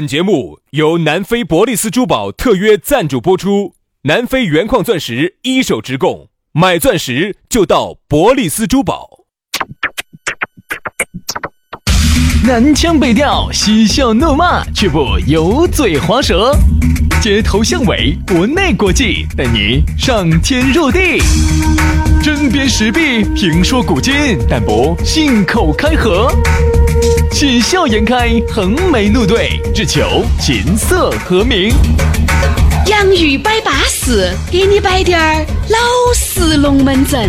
本节目由南非伯利斯珠宝特约赞助播出，南非原矿钻石一手直供，买钻石就到伯利斯珠宝。 南腔北调，嬉笑怒骂，却不油嘴滑舌，街头巷尾，国内国际，带你上天入地，针砭时弊，评说古今，但不信口开河，喜笑颜开，横眉怒对，只求琴瑟和鸣。 洋芋摆巴士，给你摆点儿老式龙门阵。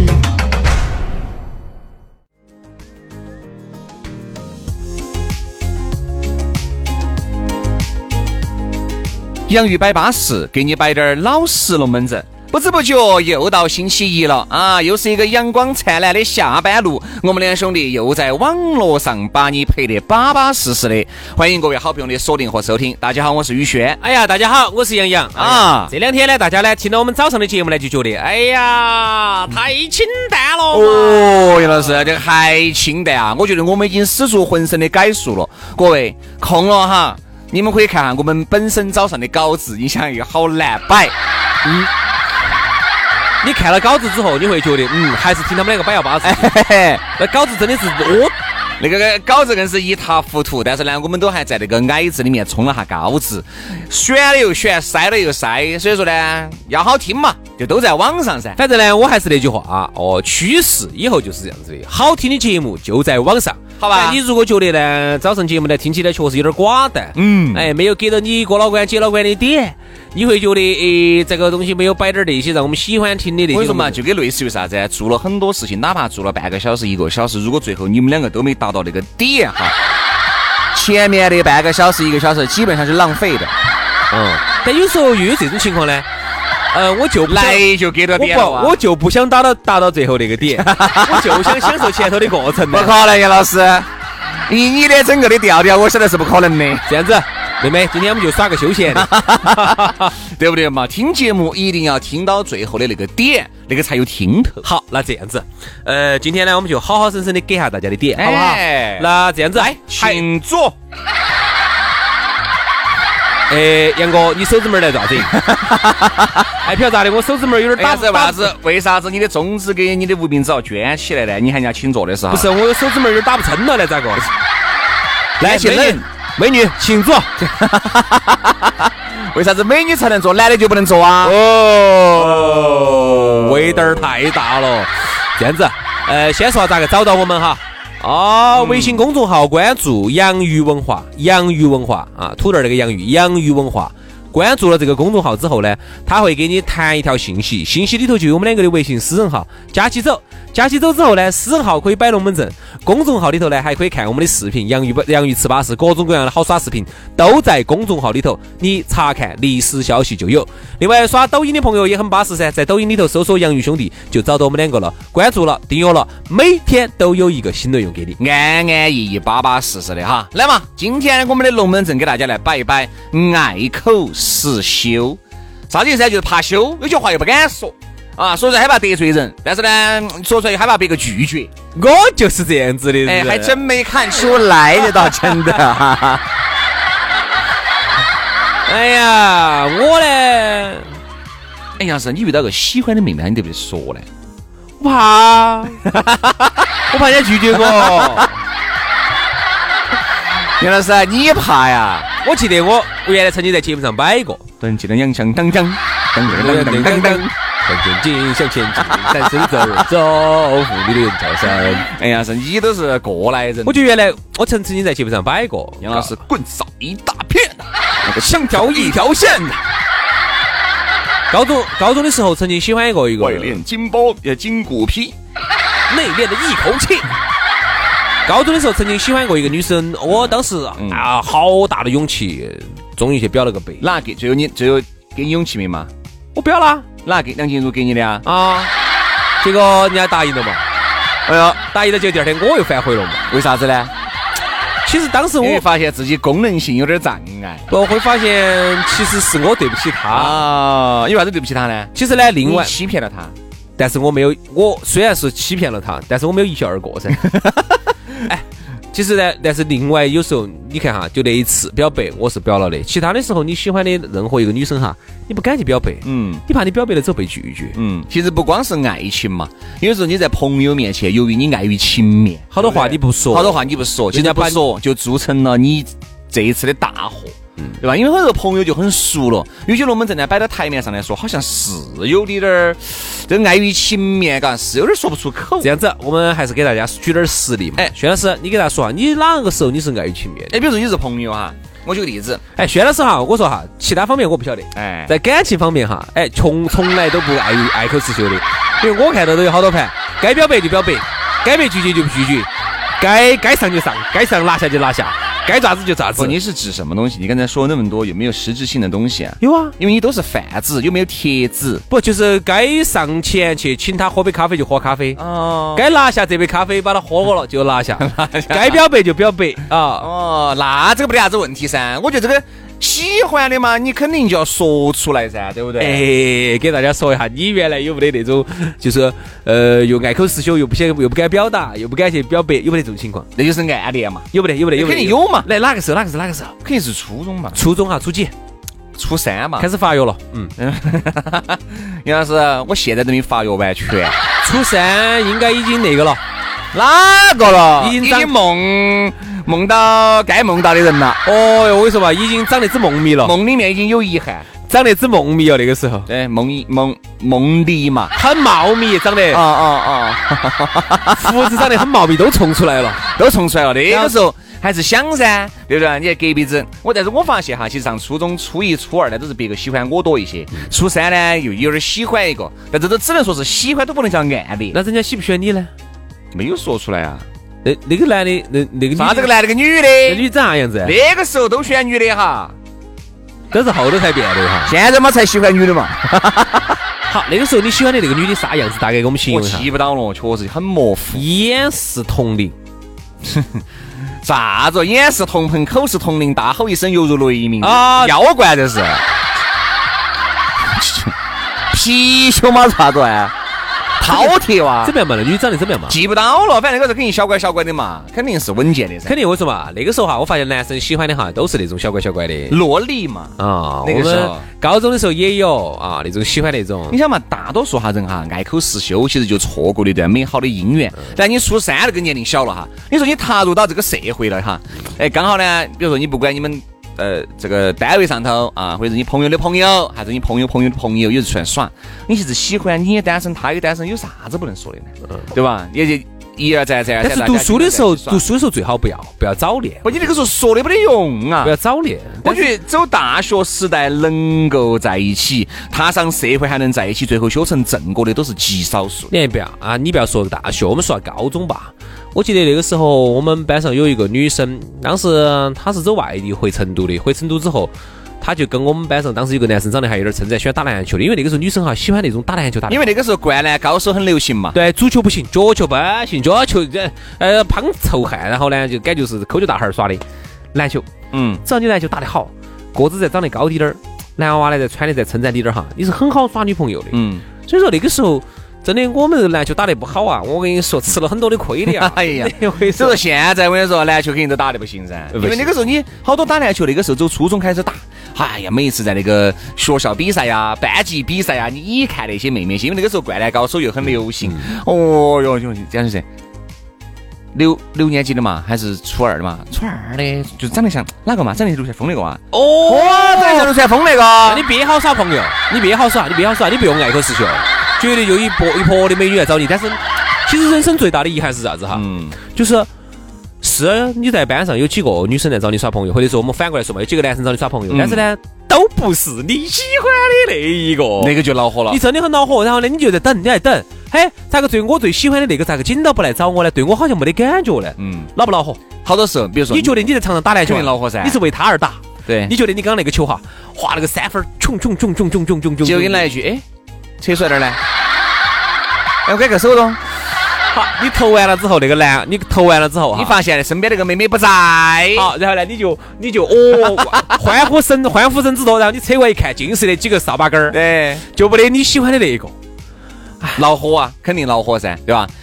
洋芋摆巴士，给你摆点老实龙门阵。不知不觉又到星期一了啊，又是一个阳光灿烂的下班路，我们两兄弟又在网络上把你陪得巴巴适适的。欢迎各位好朋友的锁定和收听。大家好，我是宇轩。 哎呀，大家好，我是杨洋啊。这两天呢，大家呢听到我们早上的节目呢，就觉得哎呀太清淡了。 哦，杨老师，这个还清淡啊？我觉得我们已经使出浑身的解数了。各位空了哈，你们可以看看我们本身早上的稿子，你想也好难摆。 你看了稿子之后，你会觉得还是听他们两个摆要巴适。那稿子真的是那个稿子更是一塌糊涂，但是呢，我们都还在那个矮子里面冲了下稿子，选了又选，筛了又筛，所以说呢，要好听嘛，就都在网上噻。 反正呢，我还是那句话趋势以后就是这样子的，好听的节目就在网上。好吧，你如果觉得呢，早上节目呢听起来确实有点寡淡，没有给到你哥老倌姐老倌的点，你会觉得这个东西没有摆点那些让我们喜欢听的那些。 为什么就跟类似于啥子？做了很多事情，哪怕做了半个小时、1个小时，如果最后你们两个都没达到那个点哈，前面的半个小时、1个小时基本上是浪费的。 但有时候又有这种情况呢。我就不来就给到点了我就不想达到最后那个点，我就想享受前头的过程。 不可能，杨老师，以你的整个的调调，我晓得是不可能的。 这样子，妹妹，今天我们就耍个休闲的， 对不对嘛？听节目一定要听到最后的那个点，那个才有听头。 好，那这样子，今天呢，我们就好好生生的给下大家的点，好不好？那这样子，来， 请坐。 杨哥，你手指门来咋子？哎，不要咋的，我手指门有点打。 为啥子你的中指给你的无名指要卷起来呢？你喊人家请坐的时候。 不是，我手指门有点打不撑了呢，咋个？ 来， 美女，请坐。 为啥子美女才能坐，男的就不能坐啊？ 味道太大了。这样子，先说咋个找到我们哈？微信公众号关注洋芋文化啊，土豆那个洋芋文化。关注了这个公众号之后呢，他会给你弹一条信息，信息里头就有我们两个的微信私人号，加起走之后呢，私人号可以摆龙门阵，公众号里头呢还可以看我们的视频，洋芋吃巴士，各种各样的好耍视频都在公众号里头，你查看历史消息就有。另外刷抖音的朋友也很巴适噻，在抖音里头搜索洋芋兄弟就找到我们两个了，关注了，订阅了，每天都有一个新内容给你， 安安逸逸、巴巴适适的哈。来嘛，今天我们的龙门阵给大家来摆一摆爱口实修。啥子意思呢？就是怕羞，有些话又不敢说啊，说出来害怕得罪人，但是呢，说出来又害怕别个拒绝。 我就是这样子的人， 还真没看出来的，倒真的。 哎呀，我呢， 哎呀，是你遇到个喜欢的妹妹，你得不得说呢？ 我怕，我怕人家拒绝我。 杨老师，你怕呀？ 我记得我原来曾经在节目上摆过， 噔噔噔噔噔噔噔噔噔噔。 向前进，向前进，单身走，妇女的叫声。 哎呀，是你都是过来人。 我觉得原来我曾经在节目上摆过， 杨老师棍扫一大片，那个像条一条线。 高中的时候曾经喜欢过一个外练筋骨皮， 内练的一口气。高中的时候曾经喜欢过一个女生，我当时好大的勇气，终于去表了个白。 哪个最后给你勇气没嘛？ 我表了。 哪个梁静茹给你的啊？结果人家答应了嘛。哎呀，答应了，就第二天我又反悔了嘛。 为啥子呢？ 其实当时我会发现自己功能性有点障碍。 我会发现其实是我对不起他啊。因为啥子对不起他呢？ 其实呢，另外欺骗了他， 但是我没有，我虽然是欺骗了他，但是我没有一笑而过噻。哎， 其实呢，但是另外有时候你看哈，就那一次表白我是表了的，其他的时候你喜欢的任何一个女生哈，你不敢去表白，你怕你表白了之后被拒绝， 其实不光是爱情嘛，有时候你在朋友面前，由于你碍于情面， 好多话你不说， 好多话你不说，现在不说就铸成了你这一次的大祸。对吧？因为很多朋友就很熟了，有些龙门阵呢摆到台面上来说，好像是有点儿这碍于情面，嘎，是有点说不出口。 这样子，我们还是给大家举点实例嘛。轩老师，你给大家说哈，你哪个时候你是碍于情面的？ 比如说你是朋友哈，我举个例子。 轩老师哈，我说哈，其他方面我不晓得。在感情方面哈，从来都不爱口是心的，因为我看到都有好多盘，该表白就表白，该被拒绝就不拒绝，该上就上，该上拿下就拿下。该咋子就咋子。 你是指什么东西？你刚才说那么多，有没有实质性的东西啊？ 有啊， 因为你都是贩子，有没有帖子？ 不，就是该上前去请他喝杯咖啡就喝咖啡，该拿下这杯咖啡把它喝过了就拿下，该表白就表白啊。 那这个没得啥子问题噻。我觉得这个喜欢的嘛，你肯定就要说出来噻，对不对？ 给大家说一下，你原来有没得那种，就是又爱口是心，又不敢表达，又不敢去表白，有没得这种情况？ 那就是暗恋嘛， 有没得？ 肯定有嘛。 来，哪个时候？ 肯定是初中嘛。 初中哈，初几？ 初三嘛， 开始发育了。 杨老师，我现在都没发育完全。 初三应该已经那个了。 哪个了？ 已经梦到该梦到的人了。 哦哟，我跟你说嘛，已经长得只梦迷了， 梦里面已经有遗憾， 长得只梦迷了那个时候。 对，梦里嘛， 很茂密，长得胡子长得很茂密，都冲出来了。 那个时候还是想噻，对不对？你看隔壁子，但是我发现哈，其实上初中初一初二呢都是别个喜欢我多一些，初三呢又有点喜欢一个，但这都只能说是喜欢，都不能叫暗恋。 那人家喜不喜欢你呢？ 没有说出来啊。 那个男的，那个啥？这个男的，个女的？ 那女长啥样子？ 那个时候都选女的哈， 都是后头才变的哈。 现在嘛才喜欢女的嘛。 好，那个时候你喜欢的那个女的啥样子？大概给我们形容一下。 我记不到了，确实很模糊。 眼是铜铃。 啥子？眼是铜盆，口是铜铃，大吼一声犹如雷鸣啊！妖怪这是。貔貅嘛啥子啊？饕餮哇？ 怎么样嘛？那女长得怎么样嘛？ 记不到了，反正那个是肯定小乖小乖的嘛，肯定是稳健的噻。 肯定我说嘛，那个时候哈，我发现男生喜欢的哈都是那种小乖小乖的萝莉嘛。 那个时候高中的时候也有啊，那种喜欢那种。 你想嘛，大多数哈人哈爱口是心，其实就错过了一段美好的姻缘。但你初三那个年龄小了哈，你说你踏入到这个社会了哈，刚好呢，比如说你不管你们这个单位上头啊，或者你朋友的朋友，还是你朋友的朋友，有时出来耍，你其实喜欢，你也单身，他也单身，有啥子不能说的呢？对吧？也就一而再， 但是读书的时候最好不要早恋。 你那个时候说的没得用啊， 不要早恋。 我觉得走大学时代能够在一起，踏上社会还能在一起，最后修成正果的都是极少数。 你不要说大学，我们说高中吧。我记得那个时候我们班上有一个女生，当时她是走外地回成都的，回成都之后，她就跟我们班上当时有个男生长得还有点称赞，喜欢打篮球的，因为那个时候女生哈喜欢那种打篮球因为那个时候灌篮高手很流行嘛。 对，足球不行，脚球不行，脚球胖臭汉，然后呢就感觉是抠脚大汉耍的。篮球，只要你篮球打得好，个子再长得高低点儿，男娃娃呢再穿的再称赞低点儿哈，你是很好耍女朋友的。所以说那个时候。真的，我们篮球打得不好啊！我跟你说，吃了很多的亏的呀。 哎呀，所以说现在我跟你说，篮球肯定都打得不行噻。因为那个时候你好多打篮球，那个时候走初中开始打。哎呀，每一次在那个学校比赛呀、班级比赛呀，你一看那些妹妹些，因为那个时候灌篮高手又很流行。哦哟，这样就是六年级的嘛，还是初二的嘛？初二的就是长得像哪个嘛？长得像刘传峰那个啊？长得像刘传峰那个。 那你别好耍朋友，你别好耍，你不用爱口是心。绝对就一波的美女来找你，但是其实人生最大的遗憾是啥子哈？就是你在班上有几个女生来找你耍朋友，或者说我们反过来说嘛，有几个男生找你耍朋友，但是呢都不是你喜欢的那一个， 那个就恼火了。 你真的很恼火，然后呢你就在等，你在等，嘿，咋个我最喜欢的那个咋个紧到不来找我呢？对我好像没得感觉呢，恼不恼火？ 好多时候，比如说你觉得你在场上打篮球恼火噻， 你是为他而打， 对， 你觉得你刚刚那个球哈，划了个3分，冲， 就给你来一句，扯出来点来。我改个手动。 好，你投完了之后，你投完了之后， 你发现身边那个妹妹不在。 好，然后呢，你就欢呼声之多，然后你扯过一看，尽是那几个扫把杆儿， 对， 就不得你喜欢的那一个。 恼火啊，肯定恼火噻，对吧？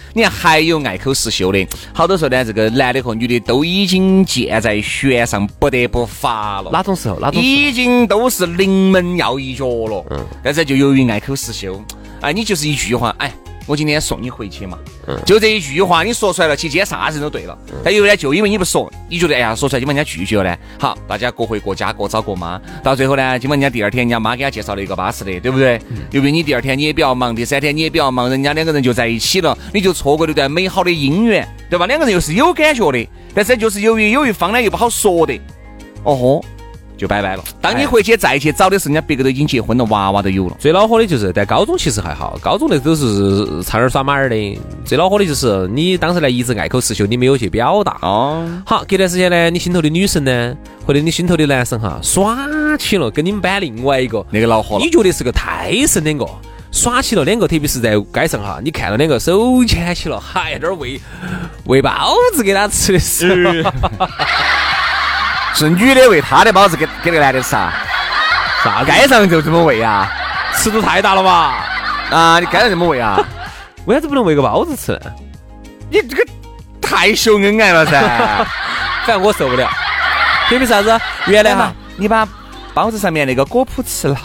你看还有爱口是秀的，好多时候呢，这个男的和女的都已经箭在弦上，不得不发了。 哪种时候？ 已经都是临门要一脚了。但是就由于爱口是秀，哎，你就是一句话，哎，我今天送你回去嘛。就这一句话你说出来了，其实今天啥子都对了。但有呢，就因为你不说，你觉得哎呀说出来，今晚人家拒绝了呢。好，大家各回各家，各找各妈。到最后呢，今晚人家第二天人家妈给他介绍了一个巴适的，对不对？由于你第二天你也比较忙，第三天你也比较忙，人家两个人就在一起了，你就错过了一段美好的姻缘，对吧？两个人又是有感觉的，但是就是由于有一方呢又不好说的，哦吼。就拜拜了。当你回去再去找的时候，人家别个都已经结婚了，娃娃都有了。 最恼火的就是在高中，其实还好，高中那都是差点耍马儿的。最恼火的就是你当时呢一直爱口是秀，你没有去表达。 哦， 好，隔段时间呢，你心头的女神呢，或者你心头的男神哈，耍起了跟你们班另外一个那个恼火了， 你觉得是个太神两个。耍起了两个，特别是在街上哈，你看到两个手牵起了，还有点喂包子给他吃的时候。 是女的喂他的包子给那个男的吃啊？ 啥？ 街上就这么喂啊？ 尺度太大了吧？ 啊，你街上这么喂啊？ 为啥子不能喂个包子吃呢？ 你这个太秀恩爱了噻！ 反正我受不了。特别啥子？原来哈， 你把包子上面那个果脯吃了。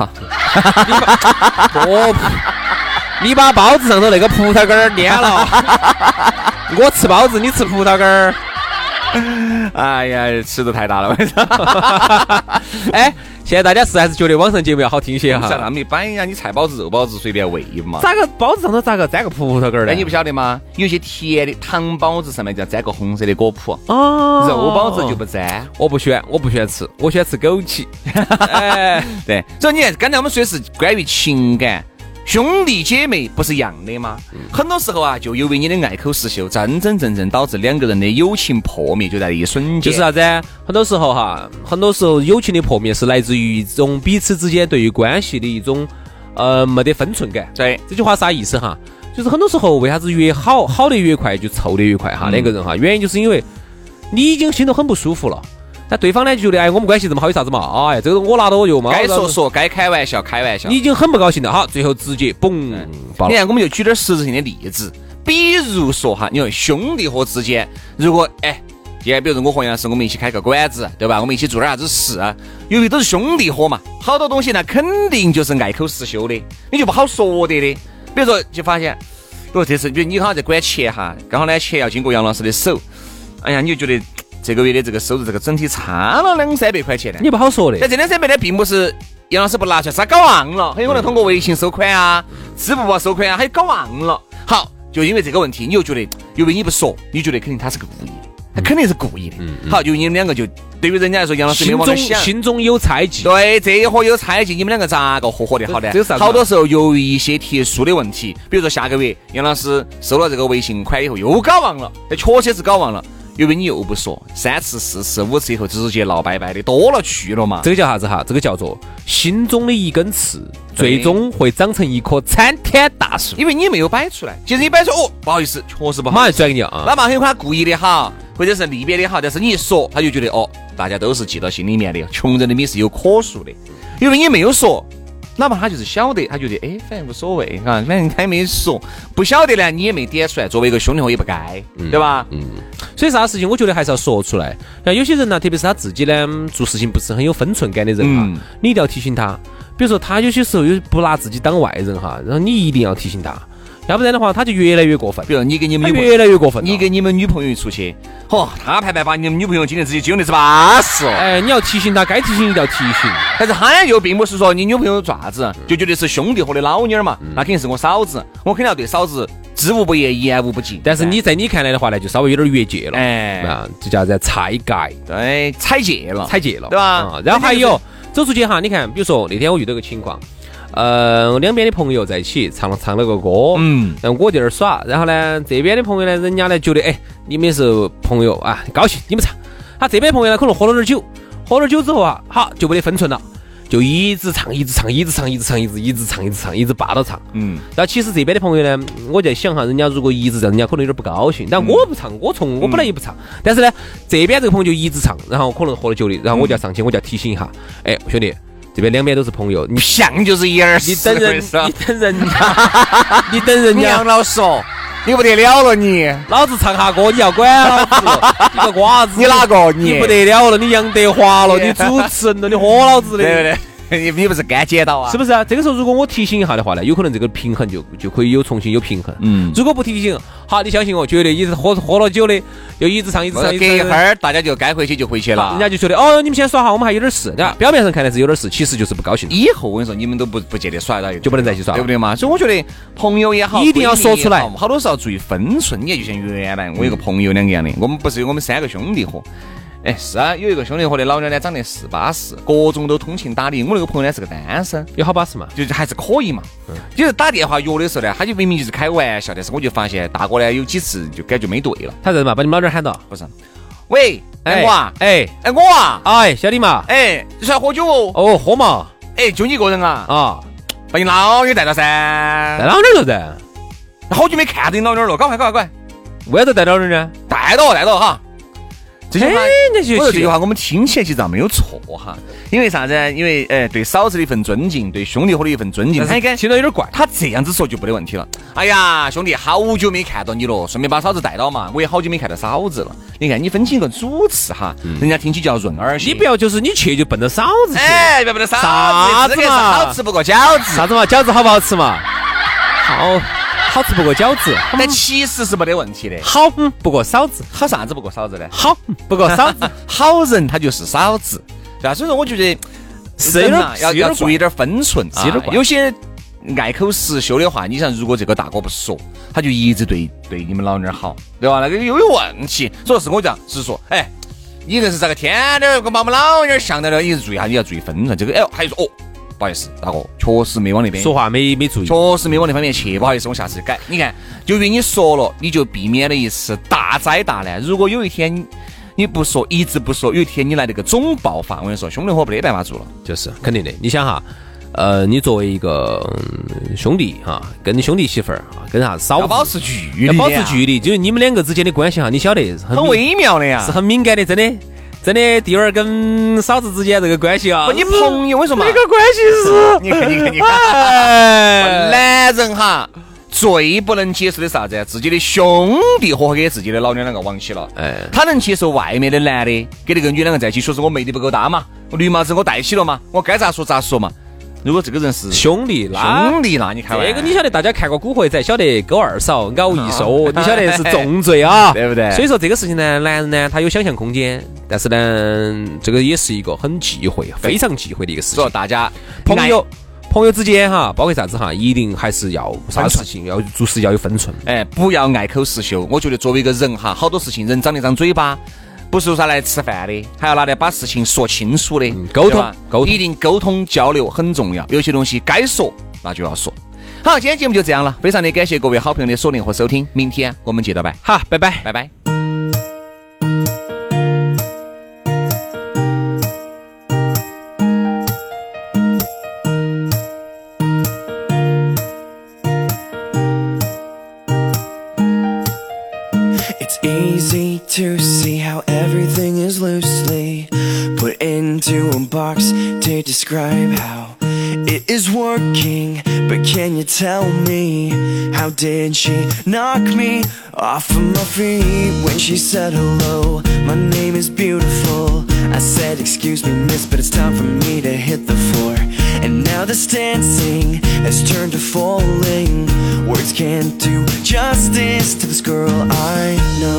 果脯，你把包子上头那个葡萄干儿捏了。我吃包子，你吃葡萄干儿。 哎呀，尺度太大了！ 哎，现在大家是还是觉得网上节目要好听些哈？ 在那么一摆呀，你菜包子、肉包子随便喂嘛。 咋个包子上头咋个沾个葡萄干儿呢？ 哎，你不晓得吗？有些甜的糖包子上面就要沾个红色的果脯， 哦， 肉包子就不沾。 我不喜欢吃，我喜欢吃枸杞。 哎，对，所以你看，刚才我们说的是关于情感。兄弟姐妹不是一样的吗？很多时候啊，就由于你的爱口是秀，真正导致两个人的友情破灭，就在一瞬间。 就是啥子？很多时候友情的破灭是来自于一种彼此之间对于关系的一种没得分寸感。 对， 这句话啥意思哈？就是很多时候为啥子越好得越快就臭得越快哈？两个人哈，原因就是因为你已经心头很不舒服了。但对方呢就觉得，哎，我们关系这么好有啥子嘛？哎，这个我拿到我就嘛， 该说，该开玩笑开玩笑。 你已经很不高兴了，好，最后直接嘣爆了。 你看，我们就举点实质性的例子，比如说哈，你看兄弟伙之间，如果今天比如说我和杨老师我们一起开个馆子，对吧？我们一起做点啥子事啊？由于都是兄弟伙嘛，好多东西呢肯定就是爱口是秀的，你就不好说的。比如说就发现，这次比如你好像在管钱哈，刚好呢钱要经过杨老师的手，哎呀，你就觉得。这个月的这个收入，这个整体差了200-300块钱呢， 你不好说的。 但这200-300呢，并不是杨老师不拿出来，是他搞忘了，很有可能通过微信收款啊、支付宝收款啊，他搞忘了。好，就因为这个问题，你又觉得，由于你不说，你觉得肯定他是个故意的，他肯定是故意的。好，就你们两个就对于人家来说，杨老师没往那想， 心中有猜忌。 对，这一伙有猜忌，你们两个咋个合得好呢？好多时候由于一些特殊的问题，比如说下个月杨老师收了这个微信款以后又搞忘了，确实是搞忘了。因为你又不说，3次、4次、5次以后直接闹拜拜的多了去了嘛。 这个叫啥子哈？这个叫做心中的一根刺，最终会长成一棵参天大树。 因为你没有摆出来，其实你摆出不好意思，确实不好， 马上转给你啊。 哪怕很有可能故意的好，或者是利别的好，但是你一说，他就觉得大家都是记到心里面的，穷人的米是有可数的。因为你没有说。哪怕他就是晓得，他觉得反正无所谓啊，反正他也没说，不晓得呢，你也没点出来，作为一个兄弟伙也不该，对吧？ 所以啥事情我觉得还是要说出来。像有些人呢，特别是他自己呢，做事情不是很有分寸感的人哈，你一定要提醒他。比如说他有些时候又不拿自己当外人哈，然后你一定要提醒他。要不然的话，他就越来越过分。 比如你跟你们越来越过分， 你跟你们女朋友一出去，他拍把你们女朋友今天自己揪的是巴适哦。你要提醒他，该提醒一定要提醒。 但是他又并不是说你女朋友爪子，就觉得是兄弟伙的老妞嘛，那肯定是我嫂子，我肯定要对嫂子知无不言，言无不尽。 但是你在你看来的话呢，就稍微有点越界了，这叫在踩界， 对，踩界了，对吧？ 然后还有走出去哈，你看，比如说那天我遇到个情况。两边的朋友在一起唱了个歌，然后我在这儿耍，然后呢，这边的朋友呢，人家呢觉得，你们是朋友啊，高兴，你们唱。他这边朋友呢，可能喝了点酒之后啊，好就没得分寸了，就一直唱，一直霸道唱。然后其实这边的朋友呢，我在想哈，人家如果一直这样，人家可能有点不高兴。但我不唱，我本来也不唱，但是呢，这边这个朋友就一直唱，然后可能喝了酒的，然后我就要上去，我就要提醒一下，兄弟。这边两边都是朋友，你像就是一儿， 你等人家， 杨老师你不得了了你！ 老子唱下歌你要管老子了，你个瓜子！ 你哪个你？ 你不得了了，你杨德华了，你主持人了，你喝老子的， 对不对？你不是干剪刀啊？ 是不是啊？这个时候如果我提醒一下的话呢，有可能这个平衡就可以重新有平衡。如果不提醒，好，你相信我，绝对一直喝了酒的，就一直唱。隔一会儿大家就该回去就回去了， 人家就觉得哦，你们先耍哈，我们还有点事。表面上看来是有点事，其实就是不高兴。 以后我跟你说，你们都不见得耍了， 就不能再一起耍， 对不对嘛？所以我觉得朋友也好， 一定要说出来， 好多时候注意分寸。你看，就像原来我有个朋友两个样的，我们3个兄弟伙。是啊，有一个兄弟伙的老娘呢长得是巴适，各种都通情达理。我那个朋友呢是个单身， 有好巴适嘛， 就是还是可以嘛。就是打电话约的时候呢，他就明明就是开玩笑，但是我就发现大哥呢有几次就感觉没对了。 他在嘛把你们老娘喊到， 不是？喂，我啊，我啊， 小弟嘛， 你是要喝酒哦？ 哦，喝嘛， 就你一个人啊？ 啊， 把你老娘带到噻， 带老娘了噻， 好久没看到你老娘了，赶快， 为啥子带老娘呢？ 带到哈。这句话， 我觉得这句话我们听起来其实没有错哈，因为啥子？因为对嫂子的一份尊敬，对兄弟伙的一份尊敬，他应该听到有点怪。 他这样子说就没得问题了。哎呀，兄弟，好久没看到你了，顺便把嫂子带到嘛。我也好久没看到嫂子了。你看，你分清个主次哈，人家听起叫润儿些。 你不要就是你去就奔着嫂子去， 不要奔着嫂子， 啥子嘛？ 好吃不过饺子， 啥子嘛？饺子好不好吃嘛？好吃不过饺子， 但其实是没得问题的。 好不过嫂子， 好啥子不过嫂子呢？ 好不过嫂子， 好人他就是嫂子，对吧？所以说我觉得人啊要注意点分寸啊。有些爱口实修的话，你想如果这个大哥不说，他就一直对你们老娘好，对吧？那个又有问题。所以是我讲是说，你这是这个天天把我们老娘想到了，你注意下，你要注意分寸。这个还说不好意思，大哥，确实没往那边说话没注意， 确实没往那方面去，不好意思，我下次改。你看，由于你说了，你就避免了一次大灾大难。如果有一天你不说，一直不说，有一天你来那个总爆发，我跟你说，兄弟伙没得办法做了， 就是肯定的。你想哈，你作为一个兄弟哈，跟你兄弟媳妇儿啊，跟啥嫂子要保持距离， 要保持距离，就是你们两个之间的关系哈，你晓得很微妙的呀， 是很敏感的，真的，弟儿跟嫂子之间这个关系啊， 你朋友为什么？ 那个关系是， 你看，男人哈最不能接受的啥子？自己的兄弟伙给自己的老娘两个往起了，他能接受外面的男的跟那个女两个在一起，说是我魅力不够大嘛，我绿帽子我戴起了嘛，我该咋说嘛。如果这个人是兄弟， 那你看这个你晓得，大家看过《古惑仔》，晓得勾二嫂咬一说，你晓得是重罪啊， 对不对？ 所以说这个事情呢，男人呢他有想象空间，但是呢，这个也是一个很忌讳、非常忌讳的一个事情。 所以大家朋友之间哈，包括啥子哈，一定还是要啥事情要做事要有分寸， 不要爱口实修。我觉得作为一个人哈，好多事情人长那张嘴巴。不是说来吃饭的，还要拿来把事情说清楚的， 沟通， 一定沟通交流很重要。有些东西该说那就要说。好，今天节目就这样了，非常的感谢各位好朋友的锁定和收听，明天我们接着拜。 好，拜拜， 拜拜。 It's easy to see how everything is loosely put into a box to describe how it is working. But can you tell me, how did she knock me off of my feet when she said hello? My name is beautiful. I said excuse me miss, but it's time for me to hit the floor. And now this dancing has turned to falling. Words can't do justice to this girl I know.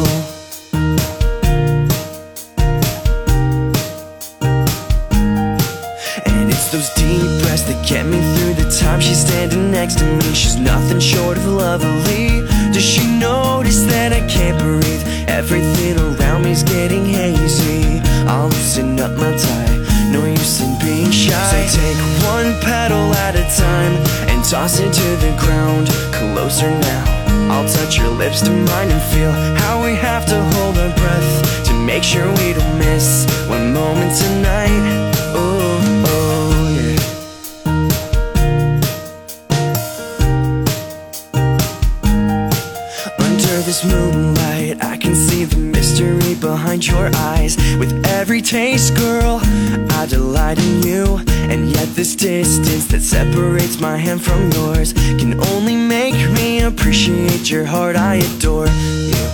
And it's those deep breaths that get me through the time she's standing next to me. She's nothing short of lovely. Does she notice that I can't breathe? Everything around me's getting hazy. I'll loosen up my tie, no use in being shy. So take one petal at a time and toss it to the ground. Closer now, I'll touch your lips to mine and feel how we have to hold our breath to make sure we don't miss one moment tonight. Oh, oh, yeah. Under this moonlight, I can see the mystery behind your eyes. With every taste, girl, I delight in you. And yet this distance that separates my hand from yours can only make me appreciate your heart. I adore you.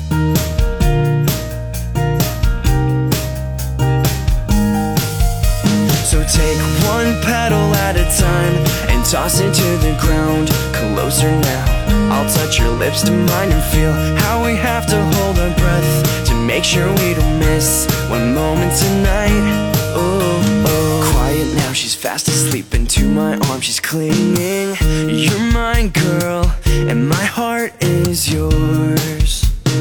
So take one petal at a time and toss it to the ground. Closer now, I'll touch your lips to mine and feel how we have to hold our breath to make sure we don't miss one moment tonight. Oh, oh. Quiet now, she's fast asleep into my arms, she's clinging. You're mine, girl, and my heart is yours.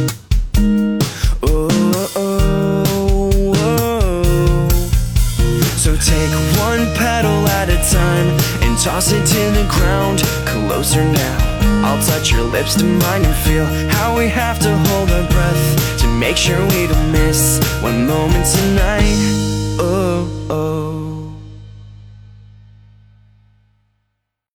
Oh, oh, oh. So take one petal at a time and toss it to the ground. Closer now, I'll touch your lips to mine and feel how we have to hold our breath to make sure we don't miss one moment tonight. Oh, oh.